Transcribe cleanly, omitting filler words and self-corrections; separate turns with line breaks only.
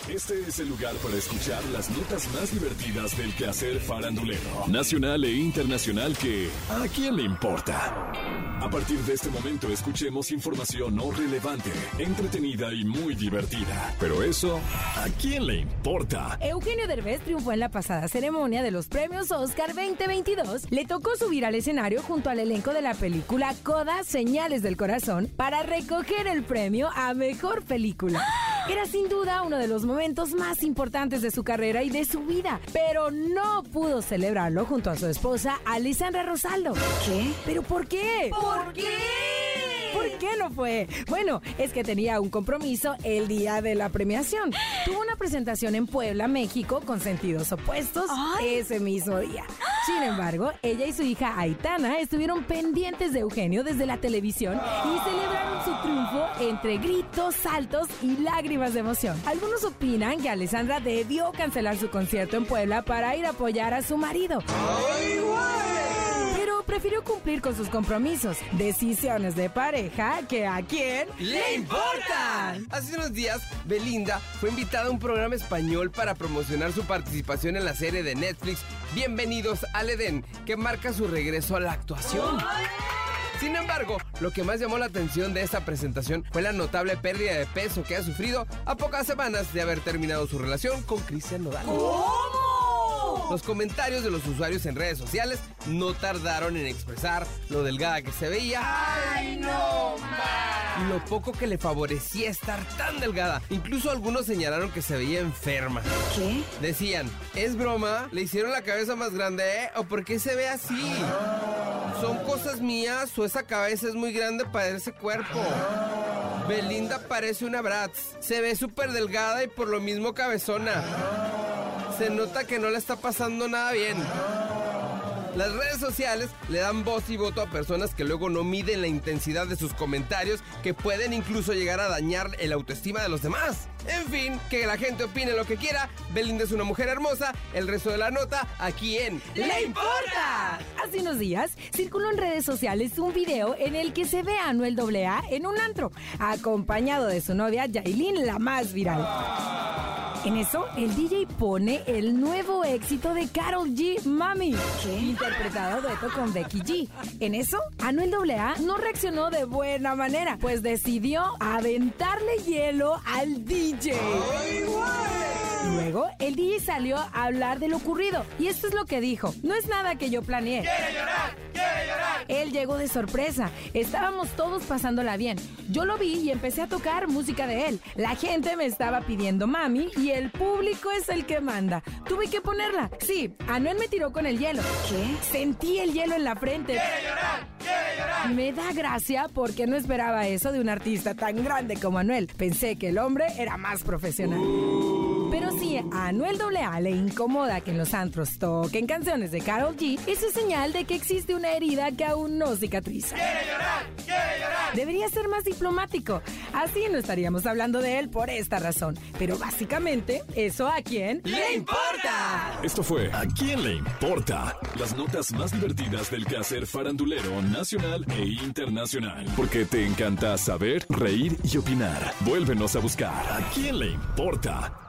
Este es el lugar para escuchar las notas más divertidas del quehacer farandulero, nacional e internacional que ¿a quién le importa? A partir de este momento escuchemos información no relevante, entretenida y muy divertida. Pero eso, ¿a quién le importa?
Eugenio Derbez triunfó en la pasada ceremonia de los premios Oscar 2022. Le tocó subir al escenario junto al elenco de la película Coda, Señales del Corazón para recoger el premio a Mejor Película. Era sin duda uno de los momentos más importantes de su carrera y de su vida, pero no pudo celebrarlo junto a su esposa Alessandra Rosaldo.
¿Qué?
¿Pero por qué?
¿Por qué?
¿Por qué no fue? Bueno, es que tenía un compromiso el día de la premiación. Tuvo una presentación en Puebla, México, con sentidos opuestos ese mismo día. Sin embargo, ella y su hija Aitana estuvieron pendientes de Eugenio desde la televisión y celebraron su triunfo entre gritos, saltos y lágrimas de emoción. Algunos opinan que Alessandra debió cancelar su concierto en Puebla para ir a apoyar a su marido.
¡Ay, güey!
Pero prefirió cumplir con sus compromisos. Decisiones de pareja que ¿a quién
¡le importan! Hace unos días, Belinda fue invitada a un programa español para promocionar su participación en la serie de Netflix Bienvenidos al Edén, que marca su regreso a la actuación. Sin embargo, lo que más llamó la atención de esta presentación fue la notable pérdida de peso que ha sufrido a pocas semanas de haber terminado su relación con Cristian Nodal.
¿Cómo?
Los comentarios de los usuarios en redes sociales no tardaron en expresar lo delgada que se veía. ¡Ay, no, man! Y lo poco que le favorecía estar tan delgada. Incluso algunos señalaron que se veía enferma.
¿Qué?
Decían, ¿es broma? ¿Le hicieron la cabeza más grande? ¿O por qué se ve así? ¿Son cosas mías o esa cabeza es muy grande para ese cuerpo? Belinda parece una Bratz. Se ve súper delgada y por lo mismo cabezona. Se nota que no le está pasando nada bien. Las redes sociales le dan voz y voto a personas que luego no miden la intensidad de sus comentarios, que pueden incluso llegar a dañar el autoestima de los demás. En fin, que la gente opine lo que quiera. Belinda es una mujer hermosa. El resto de la nota, aquí en
¡Le importa! Hace unos días circuló en redes sociales un video en el que se ve a Anuel AA en un antro, acompañado de su novia Yailin, la más viral. En eso, el DJ pone el nuevo éxito de Karol G, Mami, interpretado dueto con Becky G. En eso, Anuel AA no reaccionó de buena manera, pues decidió aventarle hielo al DJ.
¡Ay, güey!
Luego, el DJ salió a hablar de lo ocurrido, y esto es lo que dijo: no es nada que yo planeé.
¡Quiere llorar! ¡Quiere llorar!
Él llegó de sorpresa. Estábamos todos pasándola bien. Yo lo vi y empecé a tocar música de él. La gente me estaba pidiendo Mami y el público es el que manda. Tuve que ponerla. Sí, Anuel me tiró con el hielo.
¿Qué?
Sentí el hielo en la frente.
¡Quiere llorar! ¡Quiere llorar!
Me da gracia porque no esperaba eso de un artista tan grande como Anuel. Pensé que el hombre era más profesional. Pero si a Anuel AA le incomoda que en los antros toquen canciones de Karol G, eso es señal de que existe una herida que aún no cicatriza.
¡Quiere llorar! ¡Quiere llorar!
Debería ser más diplomático. Así no estaríamos hablando de él por esta razón. Pero básicamente, ¿eso a quién
¡le importa!
Esto fue ¿A quién le importa? Las notas más divertidas del quehacer farandulero nacional e internacional. Porque te encanta saber, reír y opinar. Vuélvenos a buscar ¿A quién le importa?